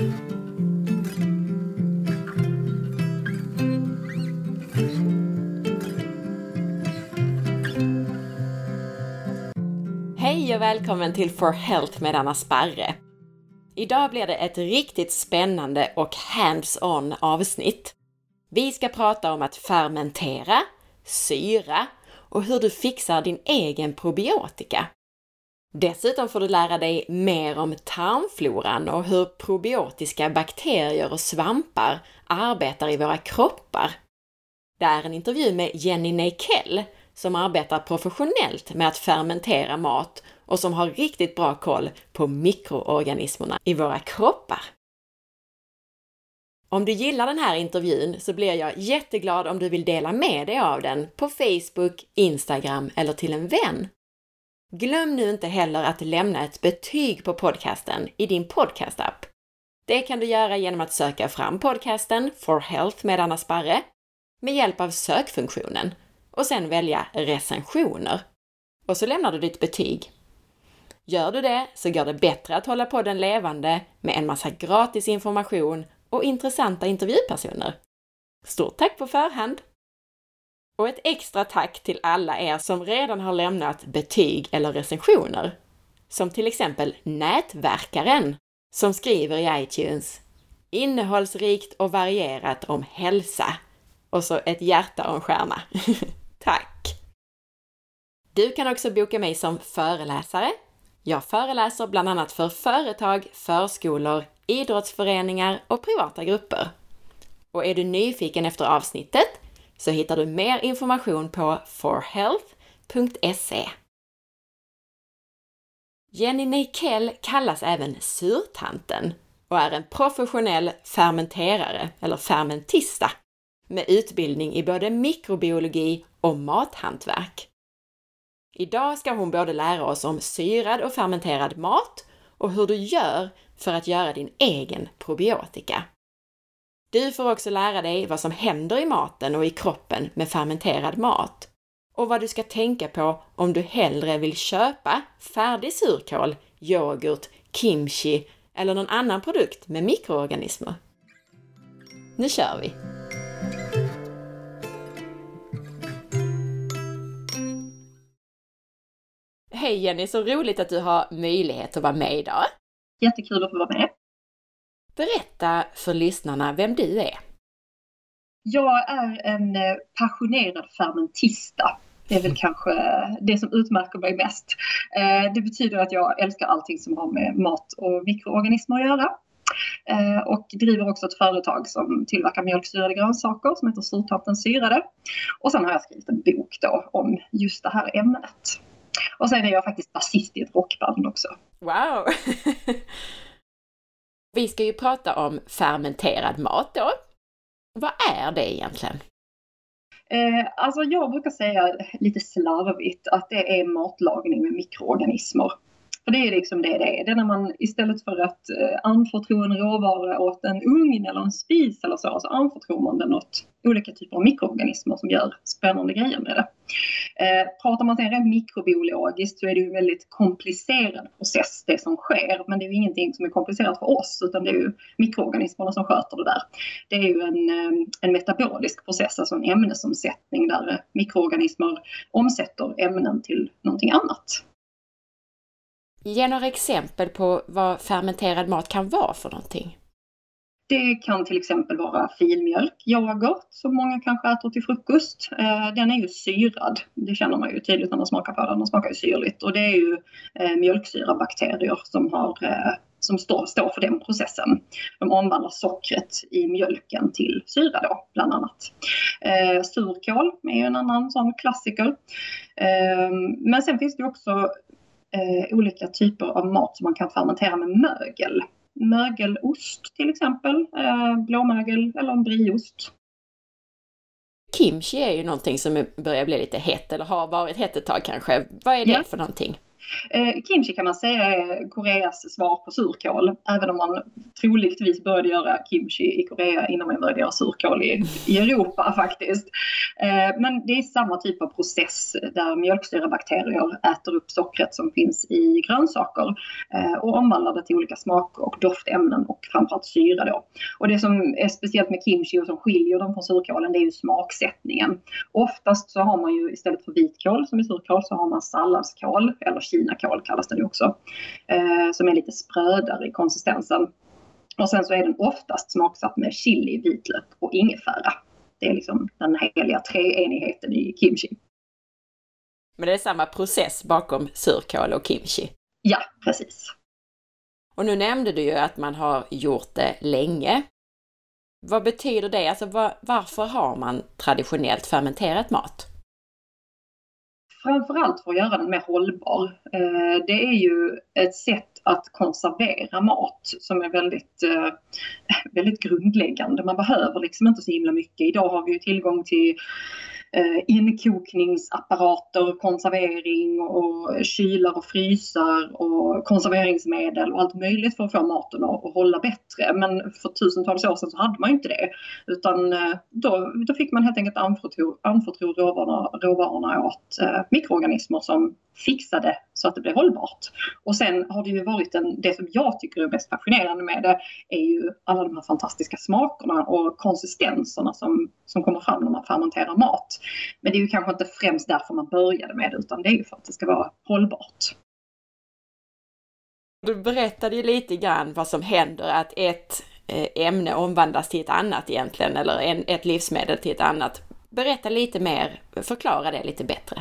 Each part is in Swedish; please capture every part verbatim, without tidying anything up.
Hej och välkommen till For Health med Anna Sparre. Idag blir det ett riktigt spännande och hands-on avsnitt. Vi ska prata om att fermentera, syra och hur du fixar din egen probiotika. Dessutom får du lära dig mer om tarmfloran och hur probiotiska bakterier och svampar arbetar i våra kroppar. Det är en intervju med Jenny Neikell som arbetar professionellt med att fermentera mat och som har riktigt bra koll på mikroorganismerna i våra kroppar. Om du gillar den här intervjun så blir jag jätteglad om du vill dela med dig av den på Facebook, Instagram eller till en vän. Glöm nu inte heller att lämna ett betyg på podcasten i din podcastapp. Det kan du göra genom att söka fram podcasten For Health med Anna Sparre med hjälp av sökfunktionen och sen välja recensioner. Och så lämnar du ditt betyg. Gör du det så går det bättre att hålla podden levande med en massa gratis information och intressanta intervjupersoner. Stort tack på förhand! Och ett extra tack till alla er som redan har lämnat betyg eller recensioner. Som till exempel Nätverkaren som skriver i iTunes: innehållsrikt och varierat om hälsa. Och så ett hjärta och en stjärna. Tack! Du kan också boka mig som föreläsare. Jag föreläser bland annat för företag, förskolor, idrottsföreningar och privata grupper. Och är du nyfiken efter avsnittet så hittar du mer information på for health punkt se. Jenny Neikell kallas även surtanten och är en professionell fermenterare eller fermentista med utbildning i både mikrobiologi och mathantverk. Idag ska hon både lära oss om syrad och fermenterad mat och hur du gör för att göra din egen probiotika. Du får också lära dig vad som händer i maten och i kroppen med fermenterad mat och vad du ska tänka på om du hellre vill köpa färdig surkål, yoghurt, kimchi eller någon annan produkt med mikroorganismer. Nu kör vi! Hej Jenny, så roligt att du har möjlighet att vara med idag. Jättekul att få vara med. Berätta för lyssnarna vem du är. Jag är en passionerad fermentista. Det är väl kanske det som utmärker mig mest. Det betyder att jag älskar allting som har med mat och mikroorganismer att göra. Och driver också ett företag som tillverkar mjölksyrade grönsaker som heter Surtanten Syrade. Och sen har jag skrivit en bok då om just det här ämnet. Och sen är jag faktiskt basist i ett rockband också. Wow! Vi ska ju prata om fermenterad mat då. Vad är det egentligen? Eh, alltså jag brukar säga lite slarvigt att det är matlagning med mikroorganismer. För det är liksom det det är. Det är när man istället för att eh, anförtro en råvara åt en ugn eller en spis eller så, så anförtror man den åt olika typer av mikroorganismer som gör spännande grejer med det. Eh, pratar man sen rent mikrobiologiskt så är det ju en väldigt komplicerad process det som sker. Men det är ju ingenting som är komplicerat för oss utan det är ju mikroorganismerna som sköter det där. Det är ju en, en metabolisk process, alltså en ämnesomsättning där mikroorganismer omsätter ämnen till någonting annat. Ge några exempel på vad fermenterad mat kan vara för någonting. Det kan till exempel vara filmjölk, yoghurt som många kanske äter till frukost. Den är ju syrad, det känner man ju tydligt när man smakar på den, den smakar ju syrligt. Och det är ju mjölksyrabakterier som, har, som står, står för den processen. De omvandlar sockret i mjölken till syra då, bland annat. Surkål är ju en annan sån klassiker. Men sen finns det också Eh, olika typer av mat som man kan fermentera med mögel. Mögelost till exempel, eh, blåmögel eller en brieost. Kimchi är ju någonting som börjar bli lite hett eller har varit hett ett tag kanske. Vad är det ja. för någonting? Eh, kimchi kan man säga är Koreas svar på surkål, även om man troligtvis började göra kimchi i Korea innan man började göra surkål i, i Europa faktiskt. Eh, men det är samma typ av process där mjölksyrabakterier äter upp sockret som finns i grönsaker eh, och omvandlar det till olika smak- och doftämnen och framförallt syra då. Och det som är speciellt med kimchi och som skiljer dem från surkålen, det är ju smaksättningen. Oftast så har man ju istället för vitkål som i surkål så har man salladskål, eller kinakål kallas det också, eh, som är lite sprödare i konsistensen. Och sen så är den oftast smaksatt med chili, vitlök och ingefära. Det är liksom den heliga treenigheten i kimchi. Men det är samma process bakom surkål och kimchi? Ja, precis. Och nu nämnde du ju att man har gjort det länge. Vad betyder det? Alltså var, varför har man traditionellt fermenterat mat? Framförallt för att göra den mer hållbar. Det är ju ett sätt att konservera mat som är väldigt, väldigt grundläggande. Man behöver liksom inte så himla mycket. Idag har vi ju tillgång till inkokningsapparater, konservering och kylar och frysar och konserveringsmedel och allt möjligt för att få maten att hålla bättre. Men för tusentals år sedan så hade man inte det. Utan då, då fick man helt enkelt anförtro, anförtro råvarorna, råvarorna åt eh, mikroorganismer som fixade så att det blev hållbart. Och sen har det ju varit en, det som jag tycker är mest fascinerande med det är ju alla de här fantastiska smakerna och konsistenserna som, som kommer fram när man fermenterar mat. Men det är ju kanske inte främst därför man började med det, utan det är ju för att det ska vara hållbart. Du berättade ju lite grann vad som händer att ett ämne omvandlas till ett annat egentligen, eller en, ett livsmedel till ett annat. Berätta lite mer, förklara det lite bättre.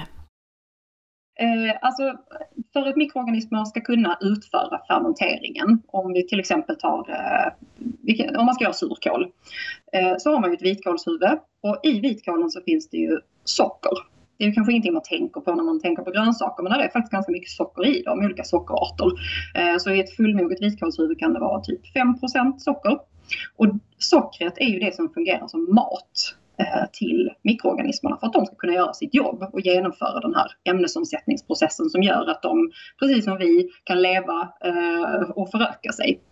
Eh, alltså för att mikroorganismer ska kunna utföra fermenteringen, om vi till exempel tar, eh, vilken, om man ska göra surkål, eh, så har man ju ett vitkålshuvud och i vitkålen så finns det ju socker. Det är ju kanske ingenting man tänker på när man tänker på grönsaker, men det är faktiskt ganska mycket socker i dem, olika sockerarter. Eh, så i ett fullmoget vitkålshuvud kan det vara typ fem procent socker. Och sockret är ju det som fungerar som mat till mikroorganismerna för att de ska kunna göra sitt jobb och genomföra den här ämnesomsättningsprocessen som gör att de, precis som vi, kan leva och föröka sig.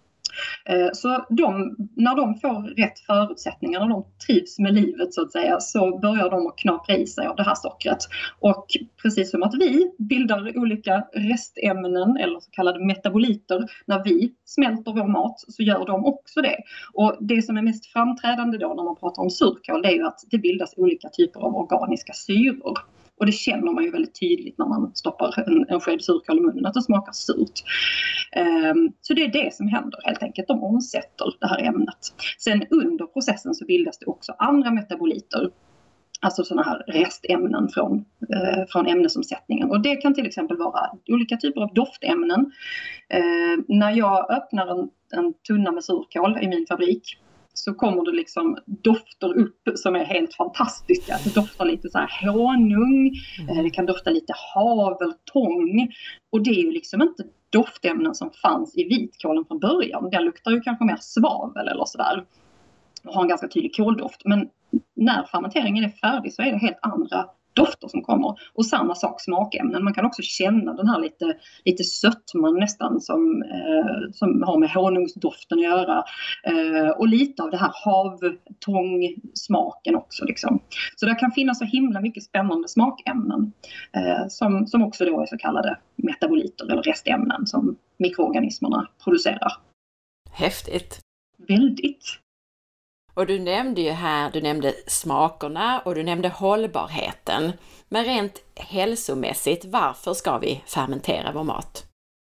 Så de, när de får rätt förutsättningar, när de trivs med livet så att säga, så börjar de att knapra i sig av det här sockret. Och precis som att vi bildar olika restämnen eller så kallade metaboliter när vi smälter vår mat, så gör de också det. Och det som är mest framträdande då när man pratar om surkål, det är ju att det bildas olika typer av organiska syror. Och det känner man ju väldigt tydligt när man stoppar en, en sked surkål i munnen, att det smakar surt. Um, så det är det som händer helt enkelt. De omsätter det här ämnet. Sen under processen så bildas det också andra metaboliter. Alltså sådana här restämnen från, eh, från ämnesomsättningen. Och det kan till exempel vara olika typer av doftämnen. Eh, när jag öppnar en, en tunna med surkål i min fabrik, så kommer det liksom dofter upp som är helt fantastiska. Det doftar lite så här honung, mm. det kan dofta lite haveltång. Och det är ju liksom inte doftämnen som fanns i vitkålen från början. Den luktar ju kanske mer svavel eller sådär. Och har en ganska tydlig koldoft. Men när fermenteringen är färdig så är det helt andra dofter som kommer. Och samma sak smakämnen. Man kan också känna den här lite, lite sötman nästan som, eh, som har med honungsdoften att göra. Eh, och lite av det här havtångsmaken också. Liksom. Så det kan finnas så himla mycket spännande smakämnen. Eh, som, som också då är så kallade metaboliter eller restämnen som mikroorganismerna producerar. Häftigt. Väldigt. Och du nämnde ju här, du nämnde smakerna och du nämnde hållbarheten. Men rent hälsomässigt, varför ska vi fermentera vår mat?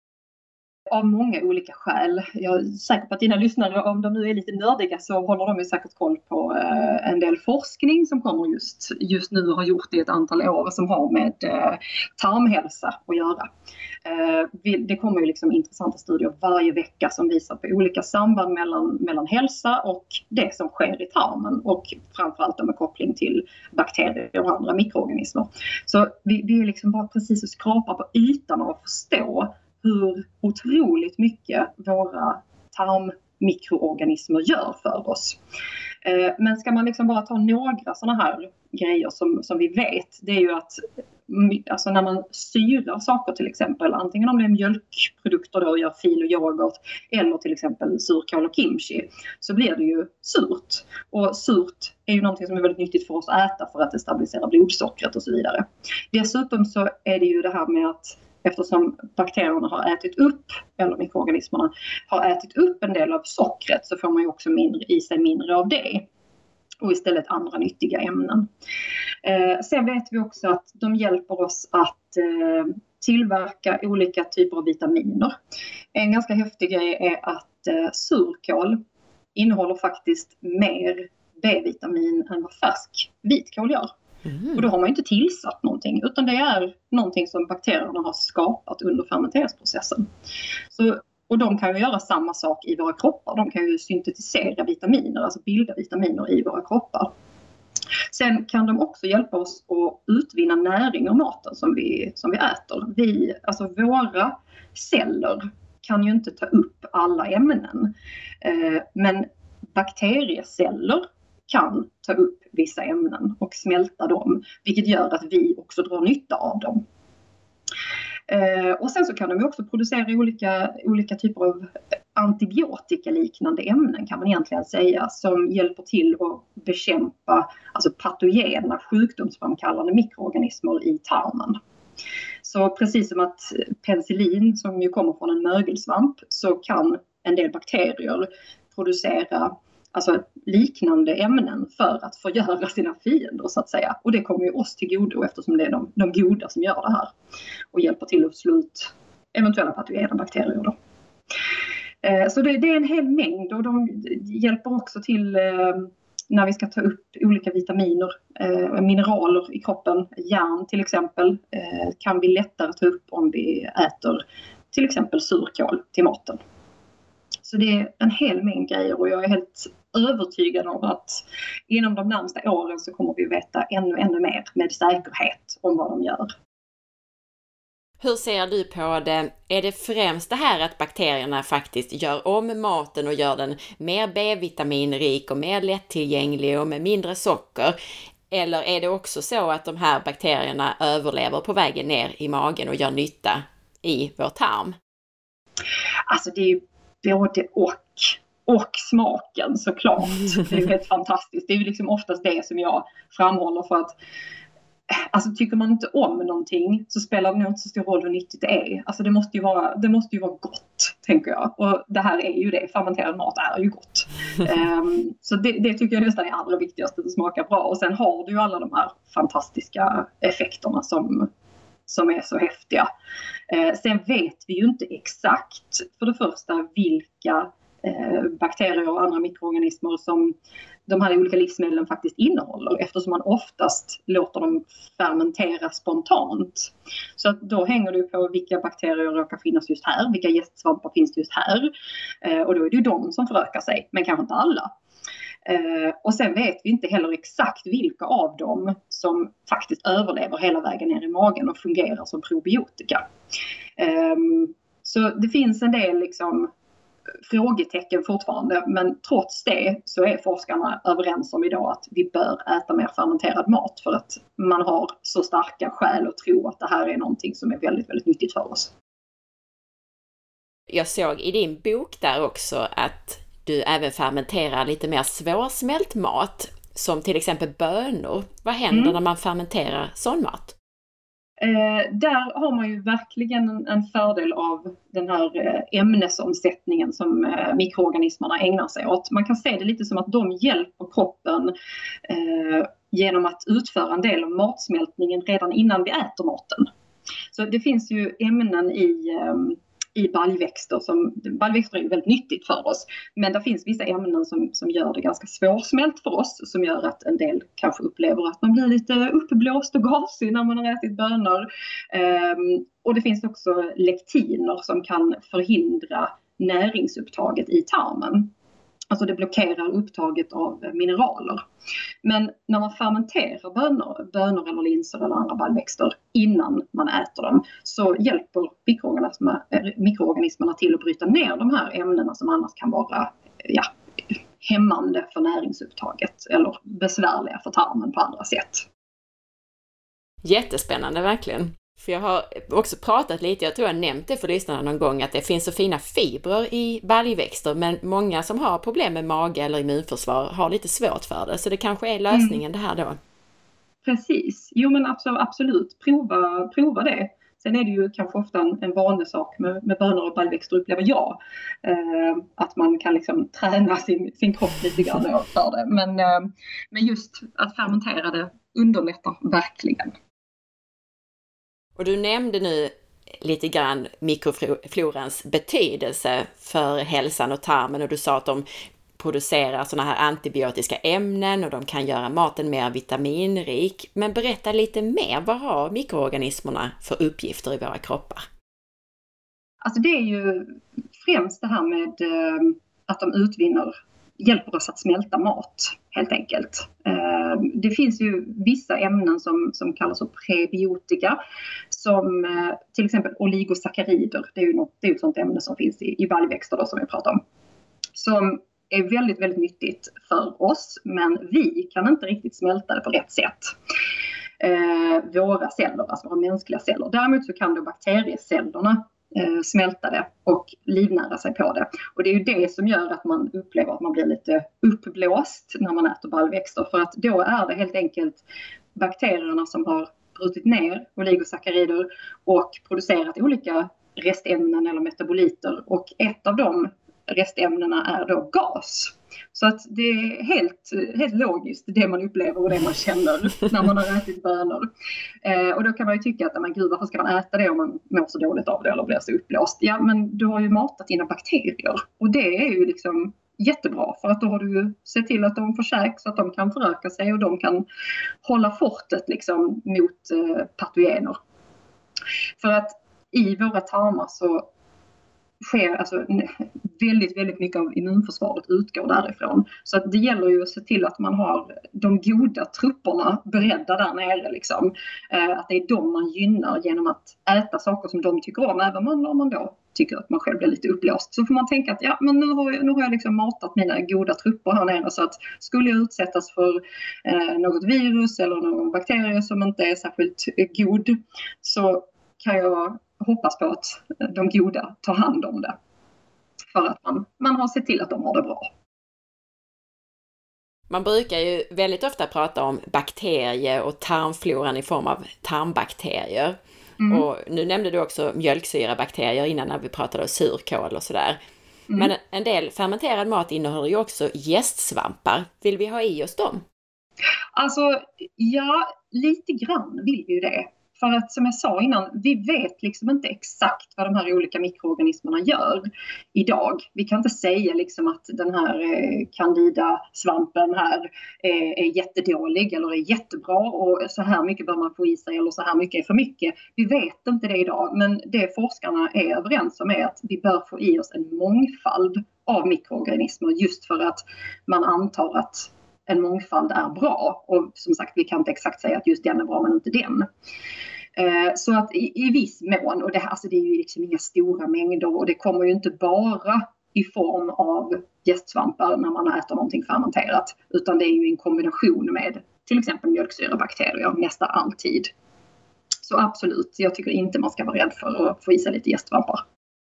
Av många olika skäl. Jag är säker på att dina lyssnare, om de nu är lite nördiga, så håller de ju säkert koll på eh, en del forskning som kommer just, just nu och har gjort det i ett antal år som har med eh, tarmhälsa att göra. Eh, vi, det kommer ju liksom intressanta studier varje vecka som visar på olika samband mellan, mellan hälsa och det som sker i tarmen och framförallt med koppling till bakterier och andra mikroorganismer. Så vi, vi är liksom bara precis att skrapa på ytan och förstå hur otroligt mycket våra tarmmikroorganismer gör för oss. Men ska man liksom bara ta några sådana här grejer som, som vi vet, det är ju att alltså när man syrar saker till exempel, antingen om det är mjölkprodukter då och gör fil och yoghurt eller till exempel surkål och kimchi, så blir det ju surt. Och surt är ju någonting som är väldigt nyttigt för oss att äta för att det stabiliserar blodsockret och så vidare. Dessutom så är det ju det här med att eftersom bakterierna har ätit upp, eller mikroorganismerna har ätit upp en del av sockret, så får man ju också mindre, i sig mindre av det. Och istället andra nyttiga ämnen. Eh, sen vet vi också att de hjälper oss att eh, tillverka olika typer av vitaminer. En ganska häftig grej är att eh, surkål innehåller faktiskt mer B-vitamin än vad färsk vitkål gör. Mm. Och då har man ju inte tillsatt någonting, utan det är någonting som bakterierna har skapat under fermenteringsprocessen. Så, och de kan ju göra samma sak i våra kroppar. De kan ju syntetisera vitaminer, alltså bilda vitaminer i våra kroppar. Sen kan de också hjälpa oss att utvinna näring ur maten som vi, som vi äter. Vi, alltså våra celler kan ju inte ta upp alla ämnen. Eh, men bakterieceller kan ta upp vissa ämnen och smälta dem, vilket gör att vi också drar nytta av dem. Eh, och sen så kan de också producera olika, olika typer av antibiotikaliknande ämnen, kan man egentligen säga, som hjälper till att bekämpa alltså patogena, sjukdomsframkallande mikroorganismer i tarmen. Så precis som att penicillin, som ju kommer från en mögelsvamp, så kan en del bakterier producera alltså liknande ämnen för att förgöra sina fiender, så att säga. Och det kommer ju oss till godo, eftersom det är de, de goda som gör det här och hjälper till att slå ut eventuella patogena bakterier då. Eh, så det, det är en hel mängd, och de hjälper också till eh, när vi ska ta upp olika vitaminer och eh, mineraler i kroppen. Järn till exempel eh, kan vi lättare ta upp om vi äter till exempel surkål till maten. Så det är en hel mängd grejer, och jag är helt övertygad om att inom de närmaste åren så kommer vi veta ännu, ännu mer med säkerhet om vad de gör. Hur ser du på det? Är det främst det här att bakterierna faktiskt gör om maten och gör den mer B-vitaminrik och mer lättillgänglig och med mindre socker? Eller är det också så att de här bakterierna överlever på vägen ner i magen och gör nytta i vår tarm? Alltså det är ju både och. Och smaken såklart. Det är ju helt fantastiskt. Det är ju liksom oftast det som jag framhåller, för att alltså tycker man inte om någonting så spelar det nog inte så stor roll hur nyttigt det är. Alltså det måste ju vara, det måste ju vara gott, tänker jag. Och det här är ju det. Fermenterad mat är ju gott. um, så det, det tycker jag nästan är allra viktigast, att det smakar bra. Och sen har du ju alla de här fantastiska effekterna som, som är så häftiga. Uh, sen vet vi ju inte exakt, för det första, vilka uh, bakterier och andra mikroorganismer som de här olika livsmedlen faktiskt innehåller, eftersom man oftast låter dem fermentera spontant. Så att då hänger det på vilka bakterier råkar finnas just här, vilka gästsvampar finns just här. Eh, och då är det ju de som förökar sig, men kanske inte alla. Eh, och sen vet vi inte heller exakt vilka av dem som faktiskt överlever hela vägen ner i magen och fungerar som probiotika. Eh, så det finns en del liksom frågetecken fortfarande, men trots det så är forskarna överens om idag att vi bör äta mer fermenterad mat, för att man har så starka skäl att tro att det här är någonting som är väldigt, väldigt nyttigt för oss. Jag såg i din bok där också att du även fermenterar lite mer svårsmält mat, som till exempel bönor. Vad händer mm. när man fermenterar sån mat? Eh, där har man ju verkligen en, en fördel av den här eh, ämnesomsättningen som eh, mikroorganismerna ägnar sig åt. Man kan se det lite som att de hjälper kroppen eh, genom att utföra en del av matsmältningen redan innan vi äter maten. Så det finns ju ämnen i... Eh, i baljväxter. Som, baljväxter är ju väldigt nyttigt för oss, men det finns vissa ämnen som, som gör det ganska svårsmält för oss, som gör att en del kanske upplever att man blir lite uppblåst och gasig när man har ätit bönor. Um, och det finns också lektiner som kan förhindra näringsupptaget i tarmen. Alltså det blockerar upptaget av mineraler. Men när man fermenterar bönor, bönor eller linser eller andra baljväxter innan man äter dem, så hjälper mikroorganismerna, mikroorganismerna till att bryta ner de här ämnena som annars kan vara ja, hämmande för näringsupptaget eller besvärliga för tarmen på andra sätt. Jättespännande verkligen. För jag har också pratat lite, jag tror jag nämnt det för lyssnarna någon gång, att det finns så fina fibrer i baljväxter, men många som har problem med mage eller immunförsvar har lite svårt för det. Så det kanske är lösningen mm. det här då. Precis. Jo men absolut, absolut. Prova, prova det. Sen är det ju kanske ofta en, en vanlig sak med, med bönor och baljväxter, upplever jag. Eh, att man kan liksom träna sin, sin kropp lite grann för det. Men, eh, men just att fermentera det underlättar verkligen. Och du nämnde nu lite grann mikroflorans betydelse för hälsan och tarmen, och du sa att de producerar sådana här antibiotiska ämnen och de kan göra maten mer vitaminrik. Men berätta lite mer, vad har mikroorganismerna för uppgifter i våra kroppar? Alltså det är ju främst det här med att de utvinner, hjälper oss att smälta mat helt enkelt. Det finns ju vissa ämnen som, som kallas för prebiotika, som till exempel oligosackarider. Det är ju något, det är ett sånt ämne som finns i, i baljväxter då, som vi pratar om. Som är väldigt, väldigt nyttigt för oss, men vi kan inte riktigt smälta det på rätt sätt. Eh, våra celler, alltså våra mänskliga celler. Däremot så kan då bakteriecellerna eh, smälta det och livnära sig på det. Och det är ju det som gör att man upplever att man blir lite uppblåst när man äter baljväxter. För att då är det helt enkelt bakterierna som har brutit ner oligosackarider och producerat olika restämnen eller metaboliter. Och ett av dem restämnena är då gas. Så att det är helt, helt logiskt det man upplever och det man känner när man har ätit bönor. Eh, och då kan man ju tycka att men gud, varför ska man äta det om man mår så dåligt av det eller blir så uppblåst? Ja, men du har ju matat dina bakterier och det är ju liksom jättebra, för att då har du ju sett till att de får käk så att de kan föröka sig och de kan hålla fortet liksom mot eh, patogener. För att i våra tarmar så sker alltså väldigt, väldigt mycket av immunförsvaret utgår därifrån. Så att det gäller ju att se till att man har de goda trupperna beredda där nere liksom. Eh, att det är de man gynnar genom att äta saker som de tycker om, även om man då tycker att man själv blir lite upplåst. Så får man tänka att ja, men nu har jag, nu har jag liksom matat mina goda trupper här nere, så att skulle jag utsättas för eh, något virus eller någon bakterie som inte är särskilt god, så kan jag hoppas på att de goda tar hand om det. För att man, man har sett till att de har det bra. Man brukar ju väldigt ofta prata om bakterier och tarmfloran i form av tarmbakterier. Mm. Och nu nämnde du också mjölksyrabakterier innan när vi pratade om surkål och sådär. Mm. Men en del fermenterad mat innehåller ju också jästsvampar. Vill vi ha i oss dem? Alltså, ja, lite grann vill vi ju det. För att som jag sa innan, vi vet liksom inte exakt vad de här olika mikroorganismerna gör idag. Vi kan inte säga liksom att den här eh, candida svampen här är, är jättedålig eller är jättebra och så här mycket bör man få i sig eller så här mycket är för mycket. Vi vet inte det idag, men det forskarna är överens om är att vi bör få i oss en mångfald av mikroorganismer, just för att man antar att en mångfald är bra. Och som sagt, vi kan inte exakt säga att just den är bra men inte den. Eh, så att i, i viss mån, och det, alltså det är ju liksom inga stora mängder och det kommer ju inte bara i form av jästsvampar när man äter någonting fermenterat, utan det är ju en kombination med till exempel mjölksyrabakterier nästan alltid. Så absolut, jag tycker inte man ska vara rädd för att få i sig lite jästsvampar.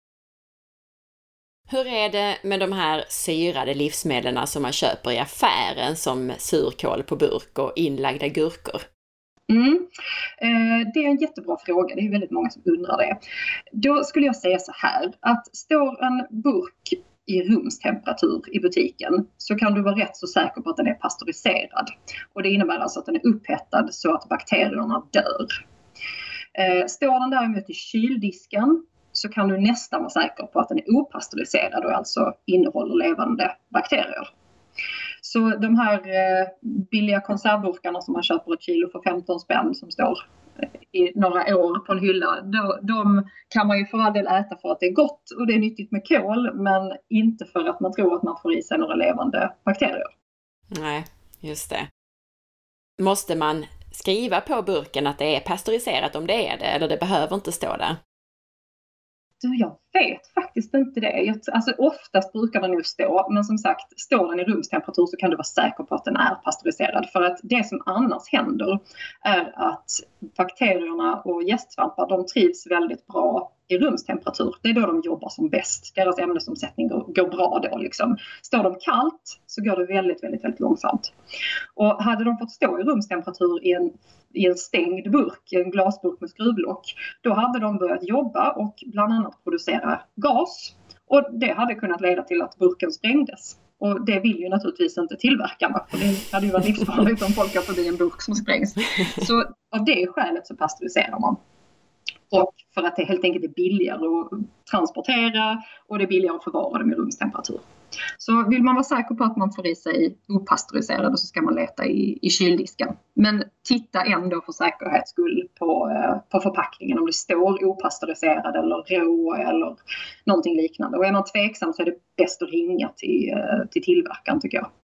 Hur är det med de här syrade livsmedlen som man köper i affären, som surkål på burk och inlagda gurkor? Mm. Eh, det är en jättebra fråga. Det är väldigt många som undrar det. Då skulle jag säga så här, att står en burk i rumstemperatur i butiken så kan du vara rätt så säker på att den är pasteuriserad. Och det innebär alltså att den är upphettad så att bakterierna dör. Eh, står den däremot i kyldisken så kan du nästan vara säker på att den är opastöriserad och alltså innehåller levande bakterier. Så de här eh, billiga konservburkarna som man köper ett kilo för femton spänn som står i några år på en hylla, då, de kan man ju för all del äta för att det är gott och det är nyttigt med kol, men inte för att man tror att man får i sig några levande bakterier. Nej, just det. Måste man skriva på burken att det är pasteuriserat om det är det, eller det behöver inte stå där? Du, jag vet faktiskt inte det. Jag, alltså oftast brukar den ju stå, men som sagt, står den i rumstemperatur så kan du vara säker på att den är pasteuriserad. För att det som annars händer är att bakterierna och jästsvampar, de trivs väldigt bra i rumstemperatur. Det är då de jobbar som bäst. Deras ämnesomsättning går, går bra då liksom. Står de kallt så går det väldigt, väldigt, väldigt långsamt. Och hade de fått stå i rumstemperatur i en i en stängd burk, en glasburk med skruvlock, då hade de börjat jobba och bland annat producera gas. Och det hade kunnat leda till att burken sprängdes. Och det vill ju naturligtvis inte tillverkarna, för det hade ju varit livsfarligt om folk går förbi en burk som sprängs. Så av det skälet så pasteuriserar man. Och för att det helt enkelt är billigare att transportera och det är billigare att förvara dem i rumstemperatur. Så vill man vara säker på att man får i sig opastöriserade så ska man leta i, i kyldisken. Men titta ändå för säkerhets skull på, på förpackningen om det står opastöriserad eller rå eller någonting liknande. Och är man tveksam så är det bäst att ringa till, till tillverkaren tycker jag.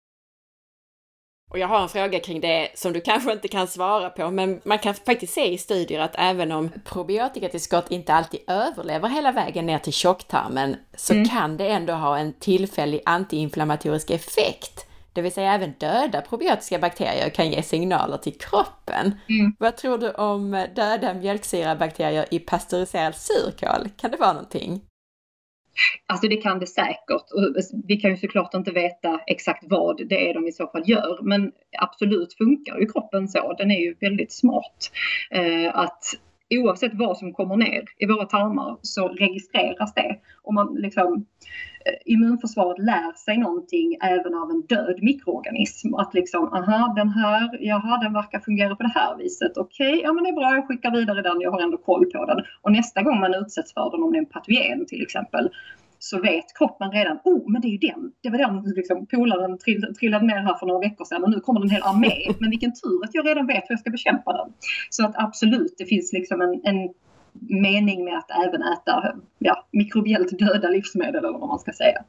Och jag har en fråga kring det som du kanske inte kan svara på, men man kan faktiskt se i studier att även om probiotikatillskott inte alltid överlever hela vägen ner till tjocktarmen så mm. kan det ändå ha en tillfällig antiinflammatorisk effekt. Det vill säga även döda probiotiska bakterier kan ge signaler till kroppen. Mm. Vad tror du om döda mjölksyrabakterier i pasteuriserad surkål? Kan det vara någonting? Alltså det kan det säkert. Och vi kan ju såklart inte veta exakt vad det är de i så fall gör. Men absolut funkar ju kroppen så. Den är ju väldigt smart. Eh, att oavsett vad som kommer ner i våra tarmar så registreras det. Och man liksom, immunförsvaret lär sig någonting även av en död mikroorganism. Att liksom, aha, den här, jaha, den verkar fungera på det här viset. Okej, okay, ja men det är bra, jag skickar vidare den, jag har ändå koll på den. Och nästa gång man utsätts för den, om det är en patogen till exempel, så vet kroppen redan, oh men det är ju den. Det var den liksom, polaren trill, trillade ner här för några veckor sedan och nu kommer den hel armé. Men vilken tur att jag redan vet hur jag ska bekämpa den. Så att absolut, det finns liksom en, en mening med att även äta ja, mikrobiellt döda livsmedel eller vad man ska säga.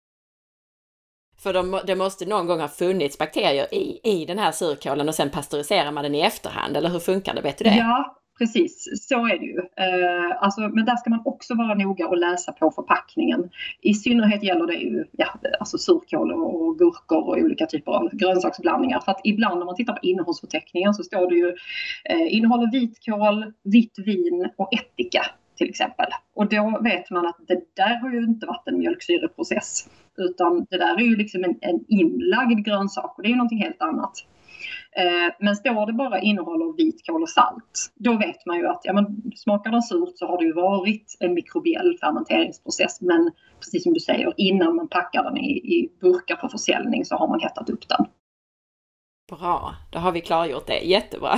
För de, det måste någon gång ha funnits bakterier i, i den här surkålen och sen pasteuriserar man den i efterhand, eller hur funkar det? Vet du det? Ja, precis. Så är det ju. Eh, alltså, men där ska man också vara noga och läsa på förpackningen. I synnerhet gäller det ju ja, alltså surkål och, och gurkor och olika typer av grönsaksblandningar. För att ibland när man tittar på innehållsförteckningen så står det ju eh, innehåller vitkål, vitt vin och ättika till exempel. Och då vet man att det där har ju inte varit en mjölksyreprocess. Utan det där är ju liksom en, en inlagd grönsak och det är ju någonting helt annat. Eh, men står det bara innehåller vitkål och salt, då vet man ju att ja, men smakar den surt så har det ju varit en mikrobiell fermenteringsprocess. Men precis som du säger, innan man packar den i, i burkar för försäljning så har man hettat upp den. Bra, då har vi klargjort det. Jättebra.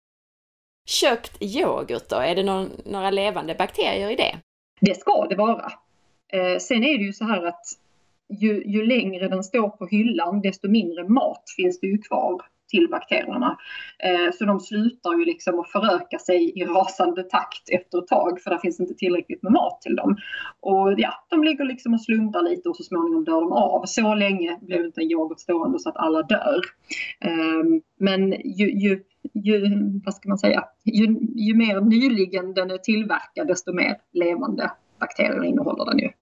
Köpt yoghurt då, är det någon, några levande bakterier i det? Det ska det vara. Eh, sen är det ju så här att ju, ju längre den står på hyllan desto mindre mat finns det ju kvar till bakterierna. Eh, så de slutar ju liksom att föröka sig i rasande takt efter ett tag för det finns inte tillräckligt med mat till dem. Och ja, de ligger liksom och slumrar lite och så småningom dör de av. Så länge blir inte en yoghurt stående så att alla dör. Eh, men ju, ju, ju, vad ska man säga, ju, ju mer nyligen den är tillverkad desto mer levande bakterier innehåller den ju.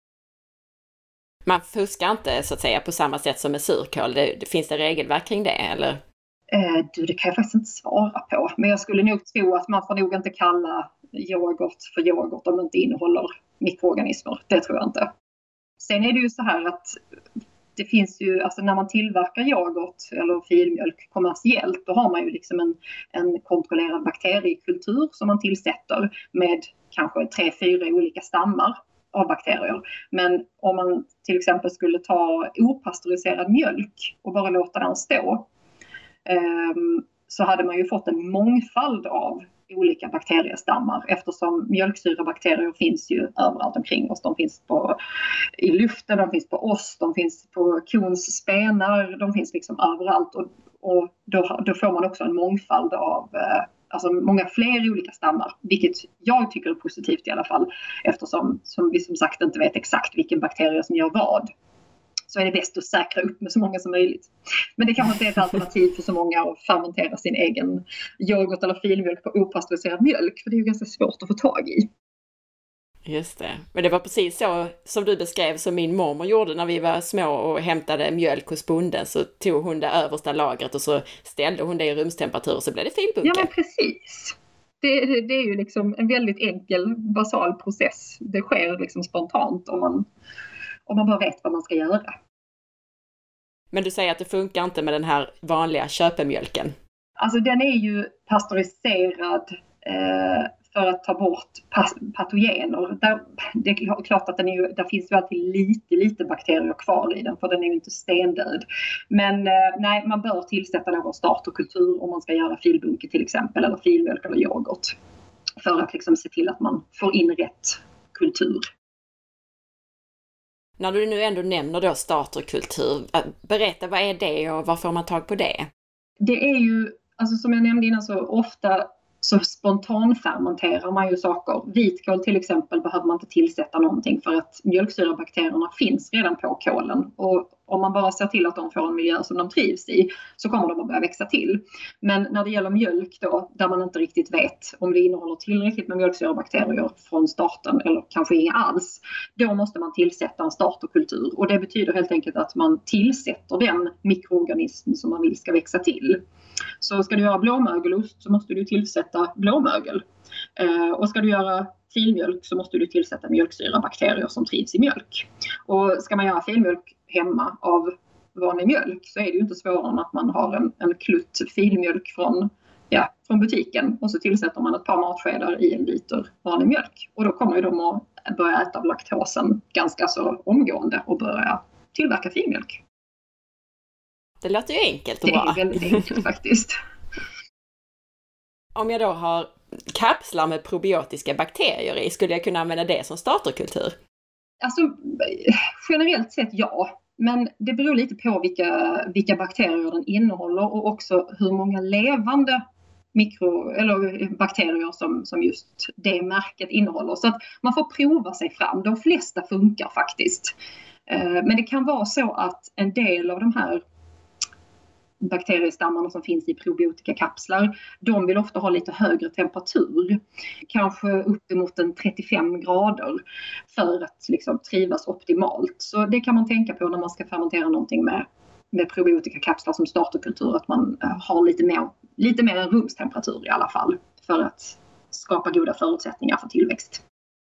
Man fuskar inte så att säga på samma sätt som med surkål. Det, det, finns det regelverk kring det eller? Eh, du, det kan jag faktiskt inte svara på. Men jag skulle nog tro att man får nog inte kalla yoghurt för yoghurt om det inte innehåller mikroorganismer. Det tror jag inte. Sen är det ju så här att det finns ju, alltså när man tillverkar yoghurt eller filmjölk kommersiellt, då har man ju liksom en, en kontrollerad bakteriekultur som man tillsätter med kanske tre, fyra olika stammar av bakterier. Men om man till exempel skulle ta opastöriserad mjölk och bara låta den stå um, så hade man ju fått en mångfald av olika bakteriestammar eftersom mjölksyrabakterier finns ju överallt omkring oss. De finns på, i luften, de finns på oss, de finns på kons spenar, de finns liksom överallt och, och då, då får man också en mångfald av uh, alltså många fler olika stammar, vilket jag tycker är positivt i alla fall eftersom som vi som sagt inte vet exakt vilken bakterie som gör vad. Så är det bäst att säkra upp med så många som möjligt. Men det kanske inte är ett alternativ för så många att fermentera sin egen yoghurt eller filmjölk på opastöriserad mjölk, för det är ju ganska svårt att få tag i. Just det. Men det var precis så som du beskrev som min mormor gjorde när vi var små och hämtade mjölk hos bonden. Så tog hon det översta lagret och så ställde hon det i rumstemperatur och så blev det filbunke. Ja, men precis. Det, det, det är ju liksom en väldigt enkel, basal process. Det sker liksom spontant om man, om man bara vet vad man ska göra. Men du säger att det funkar inte med den här vanliga köpemjölken? Alltså den är ju pasteuriserad eh, för att ta bort pas- patogener. Där, det är klart att den är ju, där finns ju alltid lite, lite bakterier kvar i den, för den är ju inte stendöd. Men eh, nej, man bör tillsätta någon starterkultur om man ska göra filbunke till exempel, eller filmjölk eller yoghurt. För att liksom se till att man får in rätt kultur. När du nu ändå nämner då starterkultur, berätta, vad är det och var får man tag på det? Det är ju, alltså som jag nämnde innan, så ofta så spontanfermenterar man ju saker. Vitkål till exempel behöver man inte tillsätta någonting, för att mjölksyrabakterierna finns redan på kålen. Och om man bara ser till att de får en miljö som de trivs i, så kommer de att börja växa till. Men när det gäller mjölk då, där man inte riktigt vet om det innehåller tillräckligt med mjölksyrabakterier från starten, eller kanske inga alls, då måste man tillsätta en starterkultur. Och det betyder helt enkelt att man tillsätter den mikroorganism som man vill ska växa till. Så ska du göra blåmögelost så måste du tillsätta blåmögel. Eh, och ska du göra filmjölk så måste du tillsätta mjölksyrabakterier som trivs i mjölk. Och ska man göra filmjölk hemma av vanlig mjölk så är det ju inte svårare än att man har en, en klutt filmjölk från, ja, från butiken. Och så tillsätter man ett par matskedar i en liter vanlig mjölk. Och då kommer ju de att börja äta av laktosen ganska så omgående och börja tillverka filmjölk. Det låter ju enkelt och bra. Det är väldigt enkelt faktiskt. Om jag då har kapslar med probiotiska bakterier i, skulle jag kunna använda det som starterkultur? Alltså generellt sett ja. Men det beror lite på vilka, vilka bakterier den innehåller och också hur många levande mikro, eller bakterier som, som just det märket innehåller. Så att man får prova sig fram. De flesta funkar faktiskt. Men det kan vara så att en del av de här bakteriestammarna som finns i probiotikakapslar, de vill ofta ha lite högre temperatur, kanske uppemot en trettiofem grader, för att liksom trivas optimalt. Så det kan man tänka på när man ska fermentera någonting med, med probiotikakapslar som starterkultur, att man har lite mer, lite mer rumstemperatur i alla fall, för att skapa goda förutsättningar för tillväxt.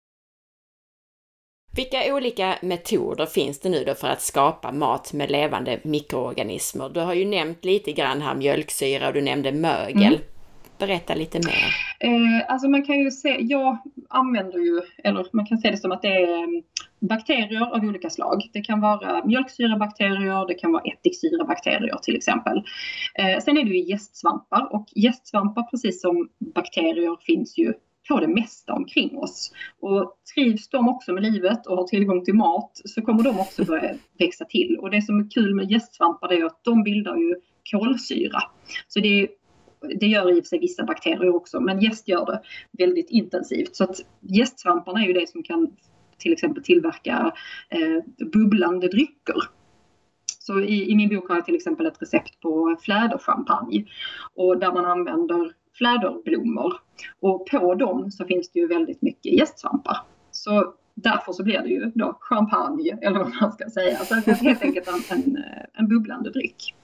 Vilka olika metoder finns det nu då för att skapa mat med levande mikroorganismer? Du har ju nämnt lite grann här mjölksyra och du nämnde mögel. Mm. Berätta lite mer. Eh, alltså man kan ju se, jag använder ju, eller man kan se det som att det är bakterier av olika slag. Det kan vara mjölksyrabakterier, det kan vara ättiksyrabakterier till exempel. Eh, sen är det ju jästsvampar, och jästsvampar precis som bakterier finns ju på det mesta omkring oss. Och trivs de också med livet och har tillgång till mat, så kommer de också börja växa till. Och det som är kul med jästsvampar är att de bildar ju kolsyra. Så det, det gör i och för sig vissa bakterier också, men jäst gör det väldigt intensivt. Så att jästsvamparna är ju det som kan till exempel tillverka eh, bubblande drycker. Så i, i min bok har jag till exempel ett recept på fläderchampagne, och där man använder fläderblommor, och på dem så finns det ju väldigt mycket jästsvampar. Så därför så blir det ju då champagne, eller vad man ska säga. Så det är helt enkelt en, en, en bubblande dryck.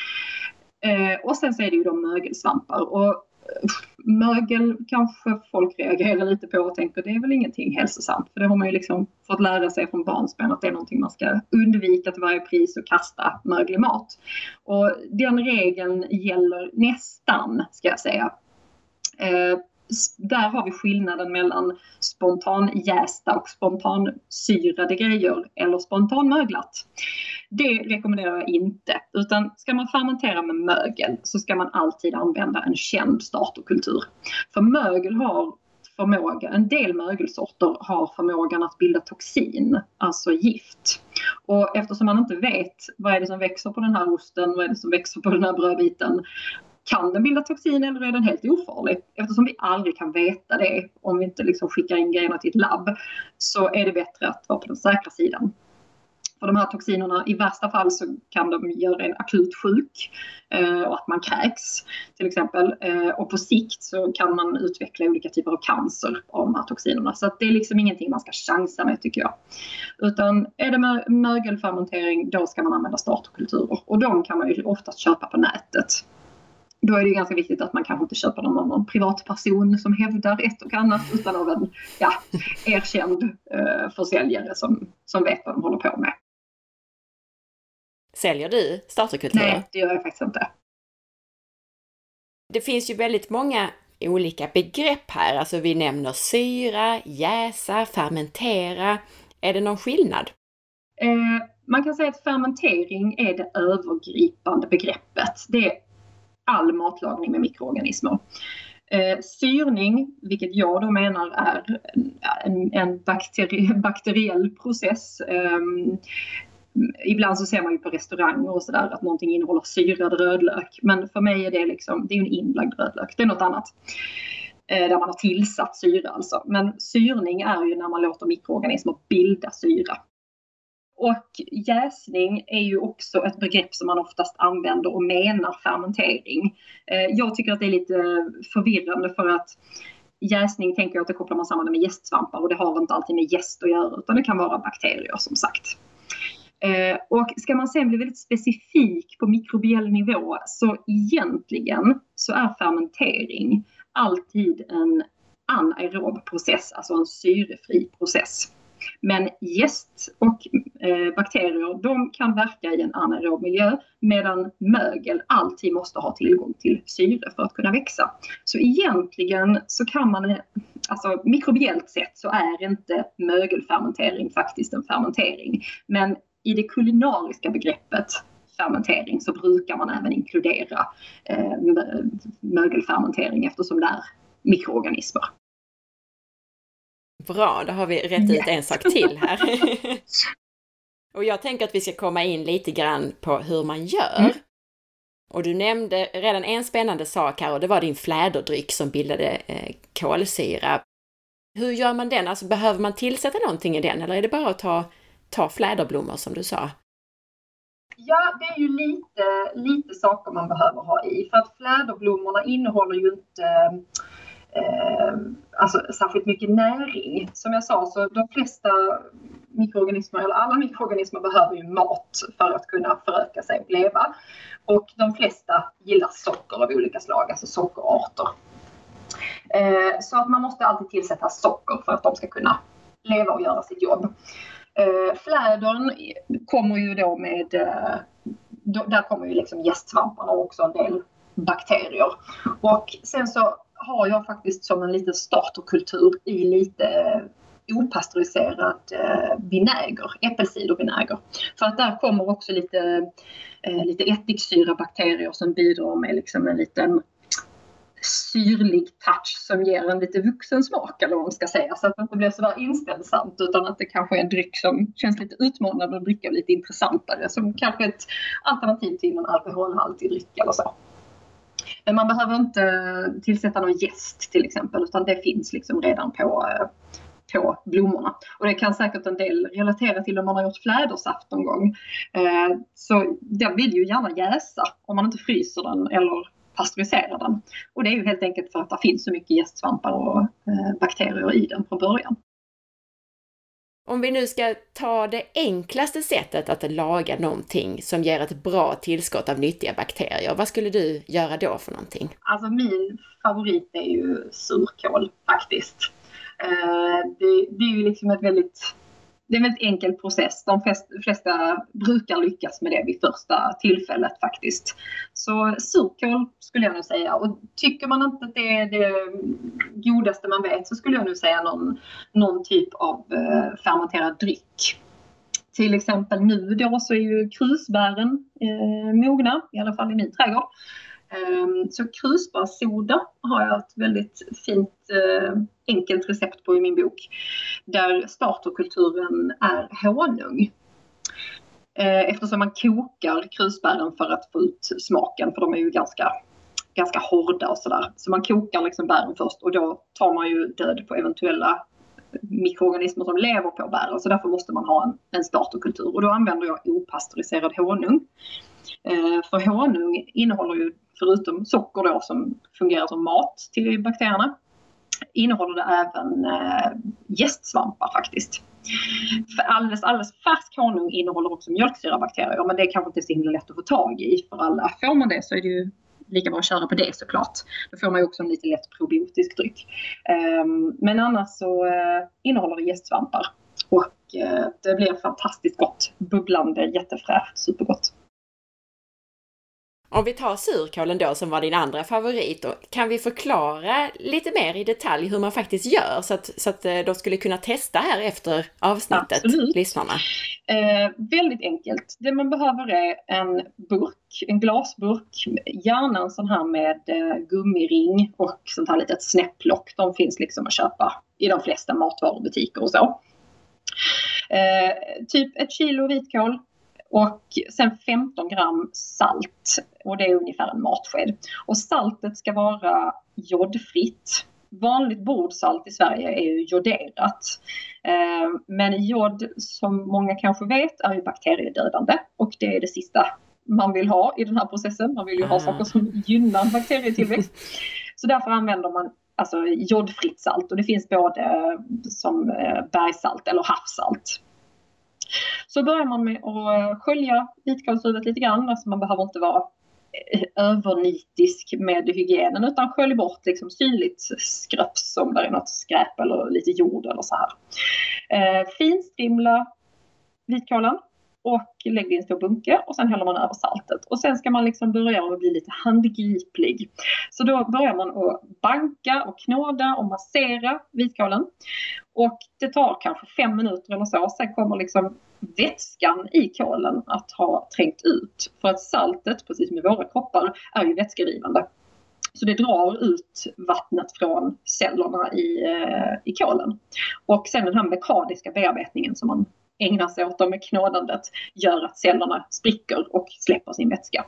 Eh, och sen så är det ju då mögelsvampar, och mögel kanske folk reagerar lite på och tänker det är väl ingenting hälsosamt, för det har man ju liksom fått lära sig från barnsben att det är någonting man ska undvika till varje pris och kasta möglig mat. Och den regeln gäller nästan, ska jag säga. Eh, där har vi skillnaden mellan spontanjästa och spontansyrade grejer eller spontanmöglat. Det rekommenderar jag inte, utan ska man fermentera med mögel så ska man alltid använda en känd starterkultur. För mögel har förmåga, en del mögelsorter har förmågan att bilda toxin, alltså gift. Och eftersom man inte vet vad är det som växer på den här osten, vad är det som växer på den här brödbiten, kan den bilda toxin eller är den helt ofarlig? Eftersom vi aldrig kan veta det om vi inte liksom skickar in grejerna till ett labb, så är det bättre att vara på den säkra sidan. För de här toxinerna, i värsta fall så kan de göra en akut sjuk eh, och att man kräks till exempel. Eh, och på sikt så kan man utveckla olika typer av cancer av de här toxinerna. Så att det är liksom ingenting man ska chansa med, tycker jag. Utan är det mö- mögelfermentering, då ska man använda starterkulturer. Och de kan man ju oftast köpa på nätet. Då är det ju ganska viktigt att man kanske inte köper dem av någon privatperson som hävdar ett och annat, utan av en ja, erkänd eh, försäljare som, som vet vad de håller på med. Säljer du starterkulturer? Nej, det gör jag faktiskt inte. Det finns ju väldigt många olika begrepp här. Alltså vi nämner syra, jäsa, fermentera. Är det någon skillnad? Eh, man kan säga att fermentering är det övergripande begreppet. Det är all matlagning med mikroorganismer. Eh, syrning, vilket jag då menar är en, en bakteri, bakteriell process. Eh, ibland så ser man ju på restauranger och sådär att någonting innehåller syrad rödlök. Men för mig är det liksom, det är en inlagd rödlök, det är något annat. Eh, där man har tillsatt syra alltså. Men syrning är ju när man låter mikroorganismer bilda syra. Och jäsning är ju också ett begrepp som man oftast använder och menar fermentering. Jag tycker att det är lite förvirrande, för att jäsning tänker jag att det kopplar man samman med jästsvampar, och det har inte alltid med jäst att göra, utan det kan vara bakterier som sagt. Och ska man sen bli väldigt specifik på mikrobiell nivå, så egentligen så är fermentering alltid en anaerob process, alltså en syrefri process. Men jäst och eh, bakterier, de kan verka i en anaerob miljö, medan mögel alltid måste ha tillgång till syre för att kunna växa. Så egentligen så kan man, alltså mikrobiellt sett så är inte mögelfermentering faktiskt en fermentering. Men i det kulinariska begreppet fermentering så brukar man även inkludera eh, mögelfermentering, eftersom det är mikroorganismer. Bra, då har vi rätt ut en sak till här. Och jag tänker att vi ska komma in lite grann på hur man gör. Mm. Och du nämnde redan en spännande sak här, och det var din fläderdryck som bildade eh, kolsyra. Hur gör man den? Alltså behöver man tillsätta någonting i den, eller är det bara att ta, ta fläderblommor som du sa? Ja, det är ju lite, lite saker man behöver ha i. För att fläderblommorna innehåller ju inte eh, alltså, särskilt mycket näring. Som jag sa, så de flesta mikroorganismer, eller alla mikroorganismer, behöver ju mat för att kunna föröka sig och leva. Och de flesta gillar socker av olika slag, alltså sockerarter. Eh, så att man måste alltid tillsätta socker för att de ska kunna leva och göra sitt jobb. Eh, flädern kommer ju då med, eh, då, där kommer ju liksom jästsvamparna och också en del bakterier. Och sen så har jag faktiskt som en liten starterkultur i lite eh, opastöriserad eh, vinäger, äppelcidervinäger. För att där kommer också lite, eh, lite ättiksyrabakterier som bidrar med liksom en liten syrlig touch som ger en lite vuxen smak, eller vad man ska säga, så att det inte blir så där inställsamt, utan att det kanske är en dryck som känns lite utmanande och dricka lite intressantare, som kanske ett alternativ till en alkoholhaltig dryck eller så. Men man behöver inte tillsätta någon jäst till exempel, utan det finns liksom redan på, på blommorna. Och det kan säkert en del relatera till om man har gjort flädersaft någon gång. Så den vill ju gärna jäsa om man inte fryser den eller pastörisera den. Och det är ju helt enkelt för att det finns så mycket jästsvampar och eh, bakterier i den från början. Om vi nu ska ta det enklaste sättet att laga någonting som ger ett bra tillskott av nyttiga bakterier, vad skulle du göra då för någonting? Alltså min favorit är ju surkål faktiskt. Eh, det, det är ju liksom ett väldigt... Det är en väldigt enkel process. De flesta brukar lyckas med det vid första tillfället faktiskt. Så surkål skulle jag nog säga. Och tycker man inte att det är det godaste man vet, så skulle jag nog säga någon, någon typ av eh, fermenterad dryck. Till exempel nu då så är ju krusbären eh, mogna, i alla fall i min trädgård. Så krusbärssoda har jag ett väldigt fint eh, enkelt recept på i min bok, där starterkulturen är honung. Eh, eftersom man kokar krusbären för att få ut smaken, för de är ju ganska, ganska hårda och sådär. Så man kokar liksom bären först, och då tar man ju död på eventuella mikroorganismer som lever på bären. Så därför måste man ha en, en starterkultur. Och då använder jag opastöriserad honung. Eh, för honung innehåller ju, förutom socker då, som fungerar som mat till bakterierna, innehåller det även eh, jästsvampar faktiskt. För alldeles, alldeles färsk honung innehåller också mjölksyrabakterier, men det är kanske inte så himla lätt att få tag i för alla. Får man det så är det ju lika bra att köra på det såklart. Då får man ju också en lite lätt probiotisk dryck. Um, men annars så uh, innehåller det jästsvampar och uh, det blir fantastiskt gott. Bubblande, jättefräscht, supergott. Om vi tar surkålen då som var din andra favorit, då, kan vi förklara lite mer i detalj hur man faktiskt gör så att, så att de skulle kunna testa här efter avsnittet, Absolut. Lyssnarna? Eh, väldigt enkelt. Det man behöver är en burk, en glasburk, gärna en sån här med eh, gummiring och sånt här litet snäpplock. De finns liksom att köpa i de flesta matvarubutiker och så. Eh, typ ett kilo vitkål. Och sen femton gram salt, och det är ungefär en matsked. Och saltet ska vara jodfritt. Vanligt bordsalt i Sverige är ju joderat. Eh, men jod, som många kanske vet, är ju bakteriedödande. Och det är det sista man vill ha i den här processen. Man vill ju ha Mm. saker som gynnar bakterietillväxt. Så därför använder man alltså jodfritt salt. Och det finns både som bergsalt eller havssalt. Så börjar man med att skölja vitkålshuvudet lite grann. Alltså man behöver inte vara övernitisk med hygienen, utan skölj bort liksom synligt skröps som där är något skräp eller lite jord eller så här. Eh, finstrimla vitkålen och lägg i en stor bunke och sen häller man över saltet. Och sen ska man liksom börja att bli lite handgriplig. Så då börjar man att banka och knåda och massera vitkålen. Och det tar kanske fem minuter eller så. Sen kommer liksom vätskan i kålen att ha trängt ut. För att saltet, precis som i våra kroppar, är ju vätskedrivande. Så det drar ut vattnet från cellerna i, i kålen. Och sen den här mekaniska bearbetningen som man ägnar sig åt med knådandet gör att cellerna spricker och släpper sin vätska.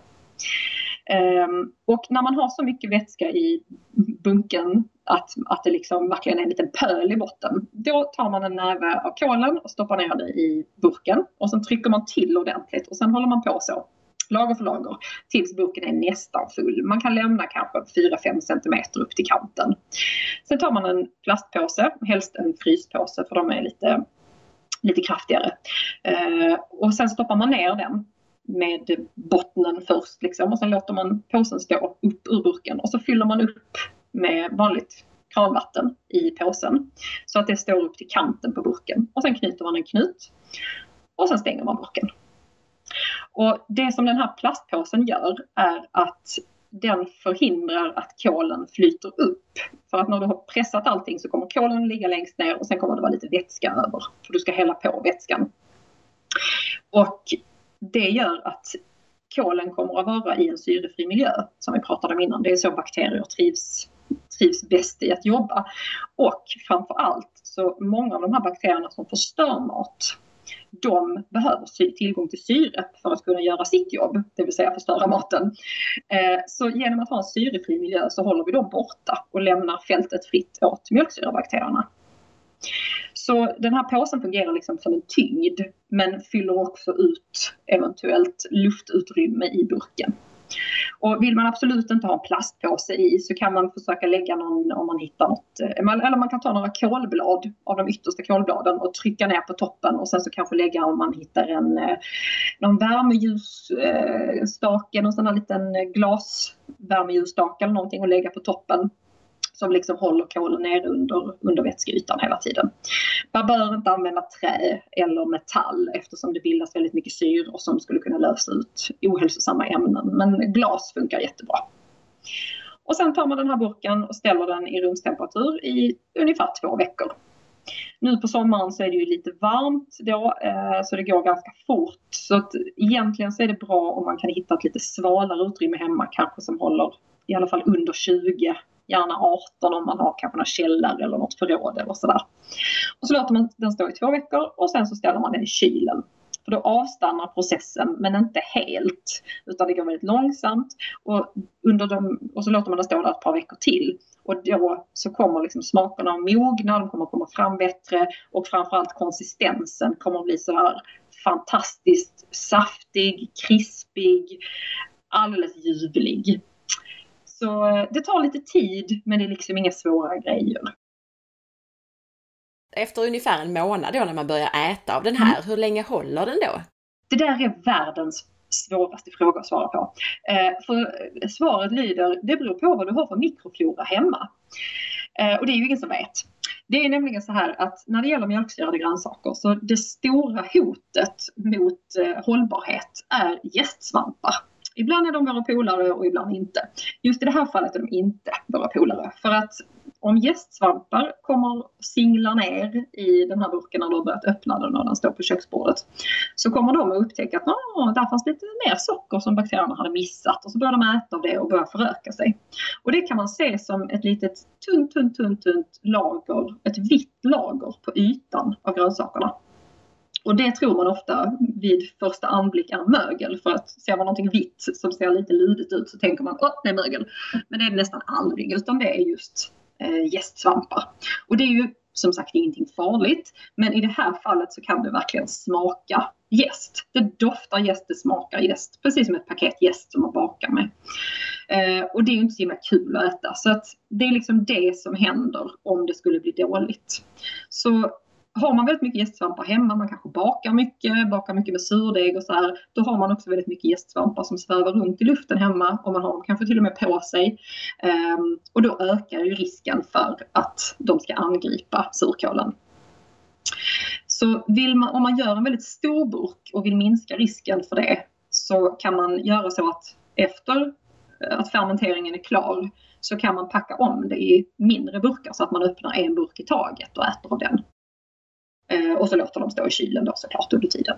Um, och när man har så mycket vätska i bunken att, att det liksom verkligen är en liten pöl i botten, då tar man en näve av kålen och stoppar ner det i burken och sen trycker man till ordentligt och sen håller man på så lager för lager tills burken är nästan full. Man kan lämna kanske fyra till fem centimeter upp till kanten. Sen tar man en plastpåse, helst en fryspåse för de är lite lite kraftigare. Eh, och sen stoppar man ner den med bottnen först liksom, och sen låter man påsen stå upp ur burken och så fyller man upp med vanligt kranvatten i påsen så att det står upp till kanten på burken och sen knyter man en knut och sen stänger man burken. Och det som den här plastpåsen gör är att den förhindrar att kålen flyter upp. För att när du har pressat allting så kommer kålen ligga längst ner och sen kommer det vara lite vätska över. För du ska hälla på vätskan. Och det gör att kålen kommer att vara i en syrefri miljö som vi pratade om innan. Det är så bakterier trivs, trivs bäst i att jobba. Och framför allt så många av de här bakterierna som förstör mat, de behöver tillgång till syre för att kunna göra sitt jobb, det vill säga förstöra maten. Så genom att ha en syrefri miljö så håller vi dem borta och lämnar fältet fritt åt mjölksyrabakterierna. Så den här påsen fungerar liksom som en tyngd men fyller också ut eventuellt luftutrymme i burken. Och vill man absolut inte ha en plastpåse i så kan man försöka lägga någon, om man hittar något, eller man kan ta några kolblad av de yttersta kolbladen och trycka ner på toppen och sen så kanske lägga, om man hittar en någon värmeljusstake, någon sån här liten glas värmeljusstake eller någonting och lägga på toppen som liksom håller kolen ner under, under vätskeytan hela tiden. Man bör inte använda trä eller metall eftersom det bildas väldigt mycket syre och som skulle kunna lösa ut ohälsosamma ämnen. Men glas funkar jättebra. Och sen tar man den här burken och ställer den i rumstemperatur i ungefär två veckor. Nu på sommaren så är det ju lite varmt då, så det går ganska fort. Så att egentligen så är det bra om man kan hitta ett lite svalare utrymme hemma, kanske som håller i alla fall under tjugo. Gärna arton om man har kanske några källare eller något förråd eller sådär. Och så låter man den stå i två veckor och sen så ställer man den i kylen. För då avstannar processen, men inte helt, utan det går väldigt långsamt, och, under dem, och så låter man det stå där ett par veckor till. Och då så kommer liksom smakerna att mogna, de kommer att komma fram bättre, och framförallt konsistensen kommer att bli så här fantastiskt saftig, krispig, alldeles ljuvlig. Så det tar lite tid, men det är liksom inga svåra grejer. Efter ungefär en månad då när man börjar äta av den här, mm. hur länge håller den då? Det där är världens svåraste fråga att svara på. Eh, för svaret lyder, det beror på vad du har för mikroflora hemma. Eh, och det är ju ingen som vet. Det är nämligen så här att när det gäller mjölksyrade grönsaker, så det stora hotet mot eh, hållbarhet är jästsvampar. Ibland är de våra polare och ibland inte. Just i det här fallet är de inte våra polare. För att om jästsvampar kommer singla ner i den här burken när du har börjat öppna den och den står på köksbordet, så kommer de att upptäcka att åh, där fanns lite mer socker som bakterierna hade missat, och så börjar de äta av det och börjar föröka sig. Och det kan man se som ett litet tunt, tunt, tunt, tunt lager, ett vitt lager på ytan av grönsakerna. Och det tror man ofta vid första anblick är mögel, för att ser man någonting vitt som ser lite ludigt ut så tänker man att det är mögel. Men det är det nästan aldrig, utan det är just eh, jästsvampar. Och det är ju som sagt ingenting farligt, men i det här fallet så kan det verkligen smaka jäst. Det doftar jäst, det smakar jäst, precis som ett paket jäst som man bakar med. Eh, och det är ju inte så himla kul att äta, så att det är liksom det som händer om det skulle bli dåligt. Så har man väldigt mycket jästsvampar hemma, man kanske bakar mycket, bakar mycket med surdeg och så här, då har man också väldigt mycket jästsvampar som svävar runt i luften hemma, och man har dem kanske till och med på sig. Um, och då ökar ju risken för att de ska angripa surkålen. Så vill man, om man gör en väldigt stor burk och vill minska risken för det, så kan man göra så att efter att fermenteringen är klar så kan man packa om det i mindre burkar så att man öppnar en burk i taget och äter av den. Och så låter de stå i kylen då såklart under tiden.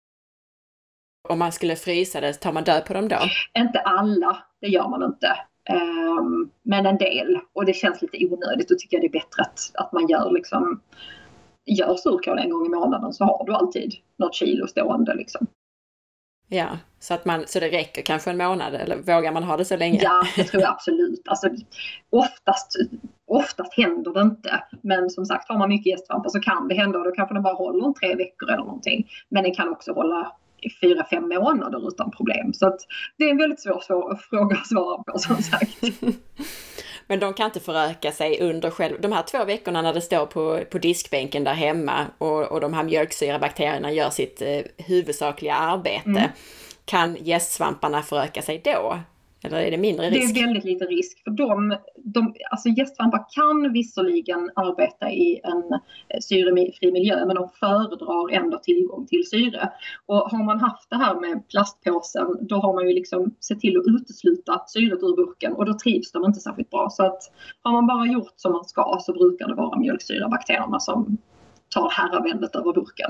Om man skulle frysa det, tar man död på dem då? Inte alla, det gör man inte. Um, men en del. Och det känns lite onödigt. Då tycker jag det är bättre att, att man gör liksom gör surkål en gång i månaden, så har du alltid något kilo stående liksom. Ja, så att man, så det räcker kanske en månad, eller vågar man ha det så länge? Ja, det tror jag absolut. Alltså, oftast, oftast händer det inte. Men som sagt, har man mycket jästsvampar så kan det hända, och då kanske den bara håller om tre veckor eller någonting. Men den kan också hålla i fyra, fem månader utan problem. Så att det är en väldigt svår, svår fråga att svara på, som sagt. Men de kan inte föröka sig under själv, de här två veckorna när det står på, på diskbänken där hemma och, och de här mjölksyrabakterierna gör sitt eh, huvudsakliga arbete. Mm. Kan jästsvamparna föröka sig då? Eller är det mindre risk? Det är väldigt lite risk. För de, de, alltså jästsvampar kan visserligen arbeta i en syrefri miljö, men de föredrar ändå tillgång till syre. Och har man haft det här med plastpåsen, då har man ju liksom sett till att utesluta syret ur burken, och då trivs de inte särskilt bra. Så att har man bara gjort som man ska, så brukar det vara mjölksyrabakterierna som tar herraväldet över burken.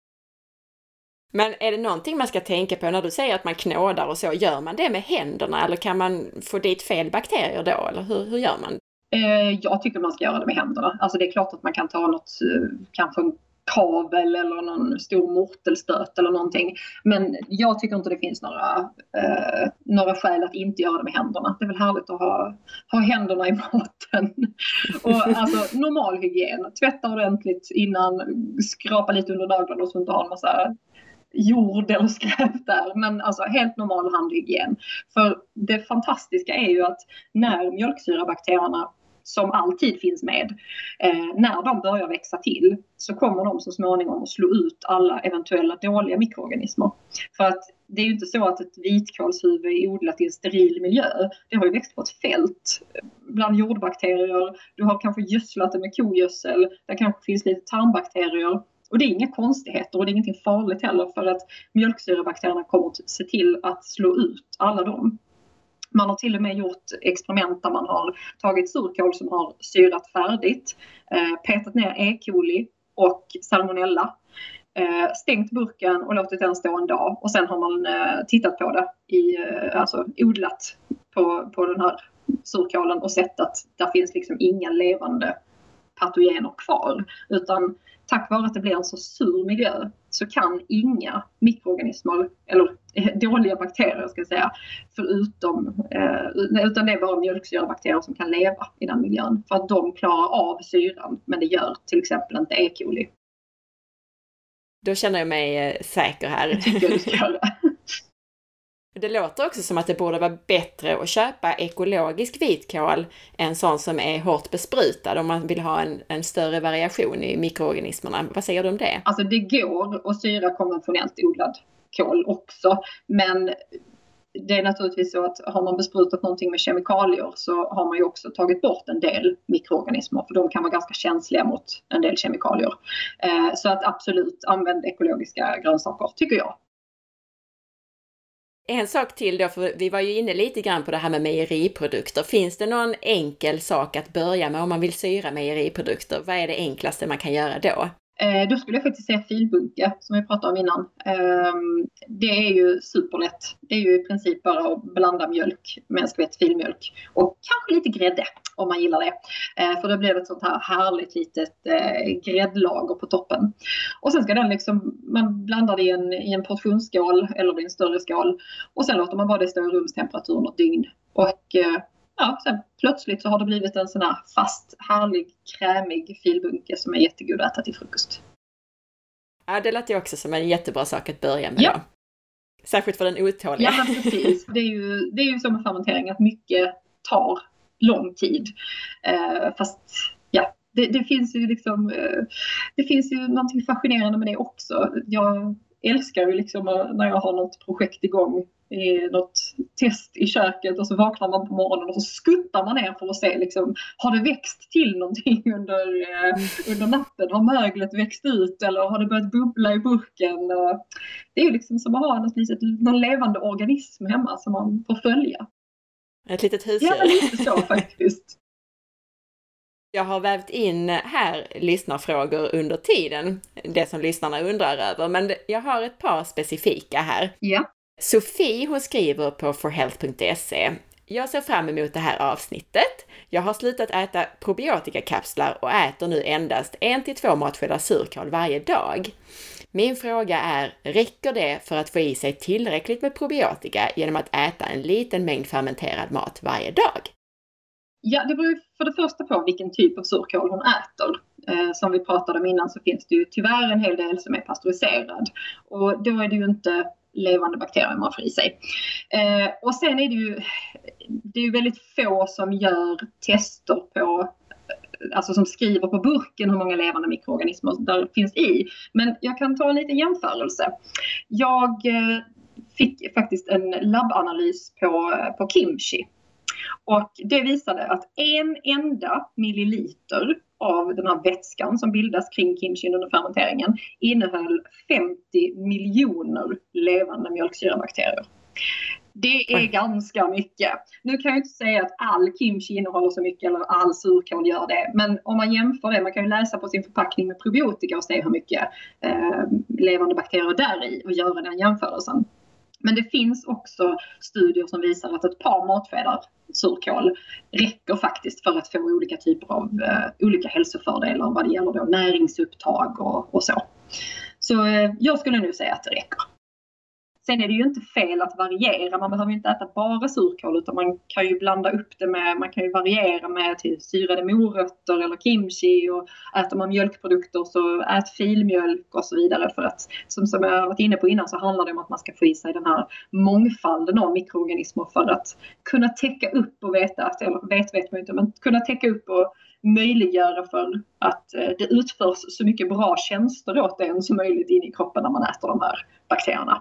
Men är det någonting man ska tänka på när du säger att man knådar och så? Gör man det med händerna, eller kan man få dit fel bakterier då? Eller hur, hur gör man? Eh, jag tycker man ska göra det med händerna. Alltså det är klart att man kan ta något, kanske en kavel eller någon stor mortelstöt eller någonting. Men jag tycker inte det finns några, eh, några skäl att inte göra det med händerna. Det är väl härligt att ha, ha händerna i maten. Och alltså normal hygien. Tvätta ordentligt innan, skrapa lite under naglarna och så inte ha en massa jord eller skräp där, men alltså helt normal handhygien. För det fantastiska är ju att när mjölksyrabakterierna, som alltid finns med, eh, när de börjar växa till, så kommer de så småningom att slå ut alla eventuella dåliga mikroorganismer. För att det är ju inte så att ett vitkålshuvud är odlat i en steril miljö. Det har ju växt på ett fält bland jordbakterier. Du har kanske gödslat det med kogödsel. Där kanske finns lite tarmbakterier. Och det är inga konstigheter, och det är ingenting farligt heller, för att mjölksyrabakterierna kommer att se till att slå ut alla dem. Man har till och med gjort experiment där man har tagit surkål som har syrat färdigt, eh, petat ner E. coli och salmonella, eh, stängt burken och låtit den stå en dag. Och sen har man eh, tittat på det, i, eh, alltså odlat på, på den här surkålen och sett att där finns liksom inga levande patogener kvar, utan tack vare att det blir en så sur miljö så kan inga mikroorganismer, eller dåliga bakterier ska jag säga, förutom, eh, utan det är bara mjölksyrabakterier som kan leva i den miljön. För att de klarar av syran, men det gör till exempel inte E. coli. Då känner jag mig säker här. Jag tycker du ska göra. Det låter också som att det borde vara bättre att köpa ekologisk vitkål än sån som är hårt besprutad om man vill ha en, en större variation i mikroorganismerna. Vad säger du om det? Alltså det går att syra konventionellt odlad kål också, men det är naturligtvis så att har man besprutat någonting med kemikalier så har man ju också tagit bort en del mikroorganismer, för de kan vara ganska känsliga mot en del kemikalier. Eh, så att absolut, använd ekologiska grönsaker tycker jag. En sak till då, för vi var ju inne lite grann på det här med mejeriprodukter. Finns det någon enkel sak att börja med om man vill syra mejeriprodukter? Vad är det enklaste man kan göra då? Eh, då skulle jag faktiskt säga filbunke som vi pratade om innan. Eh, det är ju superlätt. Det är ju i princip bara att blanda mjölk med en skvätt filmjölk och kanske lite grädde om man gillar det. Eh, för då blir det ett sånt här härligt litet eh, gräddlager på toppen. Och sen ska den liksom, man blandar det i en, i en portionsskål eller i en större skål. Och sen låter man bara det stå i rumstemperatur något dygn. Och eh, ja, sen plötsligt så har det blivit en sån här fast, härlig, krämig filbunke som är jättegod att äta till frukost. Ja, det låter ju också som en jättebra sak att börja med ja. då. Särskilt för den otåliga. Ja, precis. Det är ju, det är ju som med fermentering att mycket tar lång tid. Eh, fast ja, det, det finns ju liksom, eh, det finns ju någonting fascinerande med det också. Jag älskar ju liksom när jag har något projekt igång, i något test i köket och så vaknar man på morgonen och så skuttar man ner för att se liksom, har det växt till någonting under, eh, under natten? Har möglet växt ut eller har det börjat bubbla i burken? Och det är ju liksom som att ha något litet, någon levande organism hemma som man får följa. Ett litet husdjur. Ja, lite så faktiskt. Jag har vävt in här lyssnarfrågor under tiden, det som lyssnarna undrar över, men jag har ett par specifika här. Ja. Sofie, hon skriver på for health punkt se. Jag ser fram emot det här avsnittet. Jag har slutat äta probiotikakapslar och äter nu endast en till två matskedar surkål varje dag. Min fråga är, räcker det för att få i sig tillräckligt med probiotika genom att äta en liten mängd fermenterad mat varje dag? Ja, det beror för det första på vilken typ av surkål hon äter. Eh, som vi pratade om innan så finns det ju tyvärr en hel del som är pasteuriserad. Och då är det ju inte levande bakterier man får i sig. Eh, och sen är det ju, det är ju väldigt få som gör tester på, alltså som skriver på burken hur många levande mikroorganismer där finns i. Men jag kan ta en liten jämförelse. Jag eh, fick faktiskt en labbanalys på, på kimchi. Och det visade att en enda milliliter av den här vätskan som bildas kring kimchi under fermenteringen innehöll femtio miljoner levande mjölksyrabakterier. Det är ganska mycket. Nu kan jag inte säga att all kimchi innehåller så mycket eller all surkål gör det. Men om man jämför det, man kan ju läsa på sin förpackning med probiotika och se hur mycket eh, levande bakterier där i och göra den jämförelsen. Men det finns också studier som visar att ett par matskedar surkål räcker faktiskt för att få olika typer av uh, olika hälsofördelar vad det gäller då näringsupptag och, och så. Så uh, jag skulle nu säga att det räcker. Sen är det ju inte fel att variera. Man behöver ju inte äta bara surkål utan man kan ju blanda upp det med, man kan ju variera med till syrade morötter eller kimchi, och äter man mjölkprodukter så ät filmjölk och så vidare, för att som, som jag varit inne på innan så handlar det om att man ska få i sig den här mångfalden av mikroorganismer för att kunna täcka upp och veta att, eller vet vet man inte, men kunna täcka upp och möjliggöra för att eh, det utförs så mycket bra tjänster åt en som möjligt in i kroppen när man äter de här bakterierna.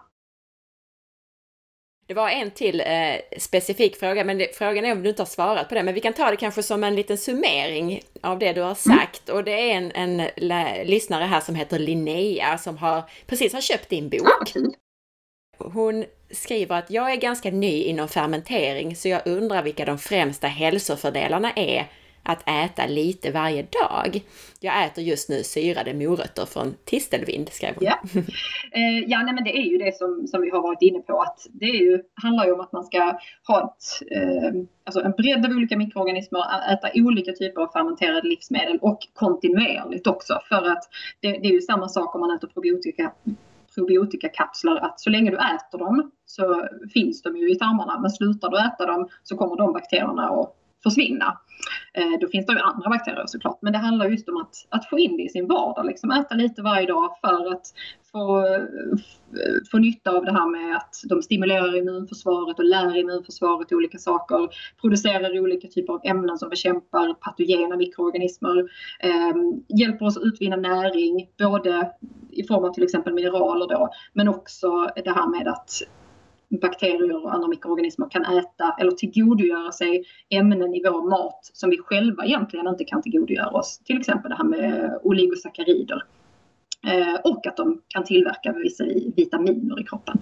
Det var en till eh, specifik fråga, men det, frågan är om du inte har svarat på det. Men vi kan ta det kanske som en liten summering av det du har sagt. Mm. Och det är en, en lä- lyssnare här som heter Linnea som har precis har köpt din bok. Mm. Hon skriver att jag är ganska ny inom fermentering, så jag undrar vilka de främsta hälsofördelarna är att äta lite varje dag. Jag äter just nu syrade morötter från Tistelvind, skrev hon. Ja, eh, ja nej, men det är ju det som, som vi har varit inne på. Att det är ju, handlar ju om att man ska ha ett, eh, alltså en bredd av olika mikroorganismer, äta olika typer av fermenterade livsmedel och kontinuerligt också. För att det, det är ju samma sak om man äter probiotika. probiotikakapslar, att så länge du äter dem så finns de ju i tarmarna, men slutar du äta dem så kommer de bakterierna att försvinna. Eh, då finns det ju andra bakterier såklart, men det handlar just om att, att få in det i sin vardag, liksom äta lite varje dag för att få, få nytta av det här med att de stimulerar immunförsvaret och lär immunförsvaret olika saker, producerar olika typer av ämnen som bekämpar patogena mikroorganismer, eh, hjälper oss att utvinna näring, både i form av till exempel mineraler då, men också det här med att bakterier och andra mikroorganismer kan äta eller tillgodogöra sig ämnen i vår mat som vi själva egentligen inte kan tillgodogöra oss. Till exempel det här med oligosackarider. Eh, och att de kan tillverka vissa vitaminer i kroppen.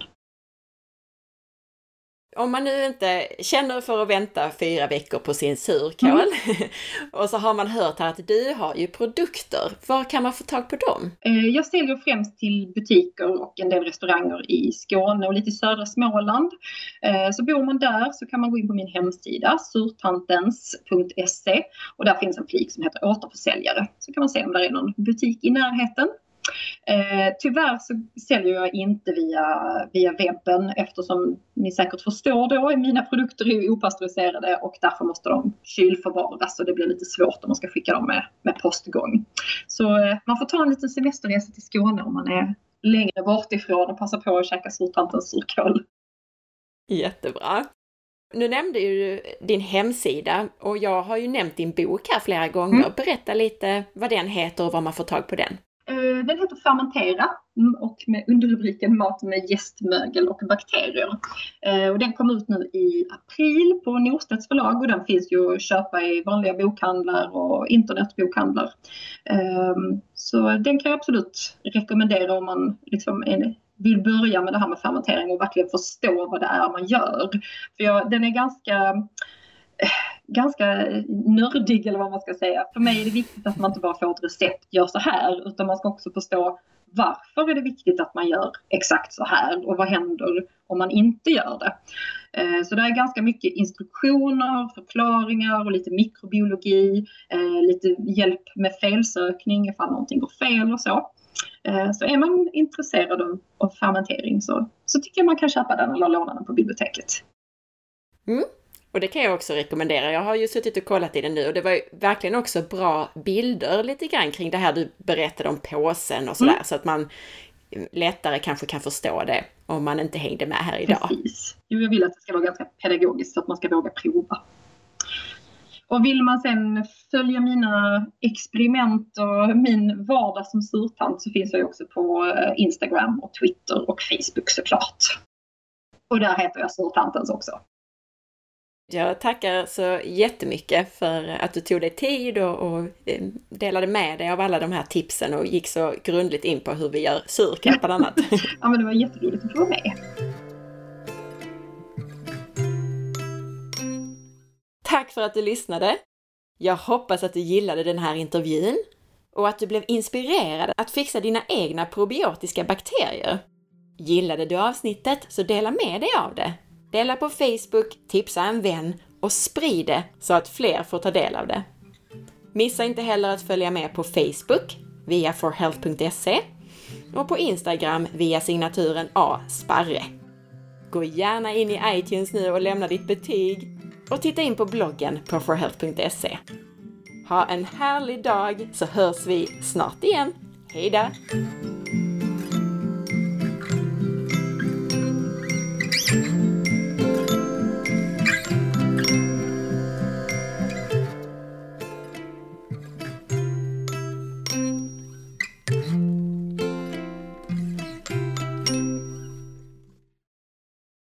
Om man nu inte känner för att vänta fyra veckor på sin surkål mm. och så har man hört här att du har ju produkter. Var kan man få tag på dem? Jag säljer främst till butiker och en del restauranger i Skåne och lite i södra Småland. Så bor man där så kan man gå in på min hemsida surtantens punkt se och där finns en flik som heter återförsäljare. Så kan man se om det är någon butik i närheten. Eh, tyvärr så säljer jag inte via, via webben eftersom ni säkert förstår då, mina produkter är opastöriserade och därför måste de kylförvaras och det blir lite svårt om man ska skicka dem med, med postgång. Så eh, man får ta en liten semesterresa till Skåne om man är längre bort ifrån och passa på att käka surtantens surkål. Jättebra. Nu nämnde ju din hemsida och jag har ju nämnt din bok här flera gånger. Mm. Berätta lite vad den heter och var man får tag på den. Den heter Fermentera och med underrubriken Mat med jästmögel och bakterier. Och den kom ut nu i april på Norstedts förlag och den finns ju att köpa i vanliga bokhandlar och internetbokhandlar. Så den kan jag absolut rekommendera om man liksom vill börja med det här med fermentering och verkligen förstå vad det är man gör. För jag, den är ganska... ganska nördig eller vad man ska säga. För mig är det viktigt att man inte bara får ett recept, gör så här, utan man ska också förstå varför är det viktigt att man gör exakt så här och vad händer om man inte gör det. Så det är ganska mycket instruktioner, förklaringar och lite mikrobiologi, lite hjälp med felsökning ifall någonting går fel och så. Så är man intresserad av fermentering så, så tycker jag man kan köpa den eller låna den på biblioteket. Mm. Och det kan jag också rekommendera. Jag har ju suttit och kollat i den nu och det var ju verkligen också bra bilder lite grann kring det här du berättade om påsen och sådär. Mm. Så att man lättare kanske kan förstå det om man inte hängde med här idag. Precis. Jo, jag vill att det ska vara ganska pedagogiskt så att man ska våga prova. Och vill man sen följa mina experiment och min vardag som surtant så finns jag också på Instagram och Twitter och Facebook såklart. Och där heter jag Surtantens också. Jag tackar så jättemycket för att du tog dig tid och, och delade med dig av alla de här tipsen och gick så grundligt in på hur vi gör surkål bland annat. Ja, men det var jätteroligt att få vara med. Tack för att du lyssnade. Jag hoppas att du gillade den här intervjun och att du blev inspirerad att fixa dina egna probiotiska bakterier. Gillade du avsnittet så dela med dig av det. Dela på Facebook, tipsa en vän och sprid det så att fler får ta del av det. Missa inte heller att följa med på Facebook via for health punkt se och på Instagram via signaturen A Sparre. Gå gärna in i iTunes nu och lämna ditt betyg och titta in på bloggen på for health punkt se. Ha en härlig dag så hörs vi snart igen. Hej då!